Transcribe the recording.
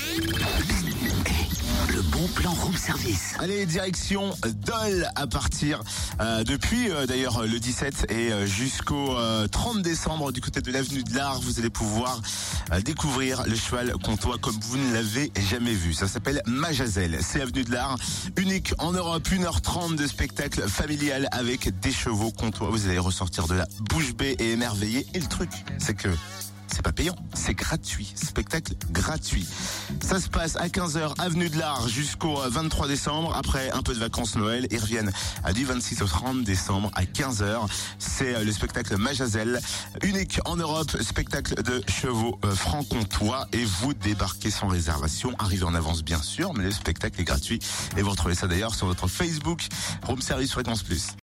Le bon plan room service. Allez, direction Dole à partir depuis d'ailleurs le 17 et jusqu'au 30 décembre du côté de l'avenue de l'Art. Vous allez pouvoir découvrir le cheval comtois comme vous ne l'avez jamais vu. Ça s'appelle Majazelle. C'est avenue de l'Art, unique en Europe, 1h30 de spectacle familial avec des chevaux comtois. Vous allez ressortir de la bouche bée et émerveillé. Et le truc, c'est que c'est pas payant, c'est gratuit. Spectacle gratuit. Ça se passe à 15h, avenue de l'Art jusqu'au 23 décembre. Après un peu de vacances Noël, ils reviennent du 26 au 30 décembre à 15h. C'est le spectacle Majazelle, unique en Europe, spectacle de chevaux franc-comtois. Et vous débarquez sans réservation, arrivez en avance bien sûr, mais le spectacle est gratuit. Et vous retrouvez ça d'ailleurs sur votre Facebook, Room Service Fréquence Plus.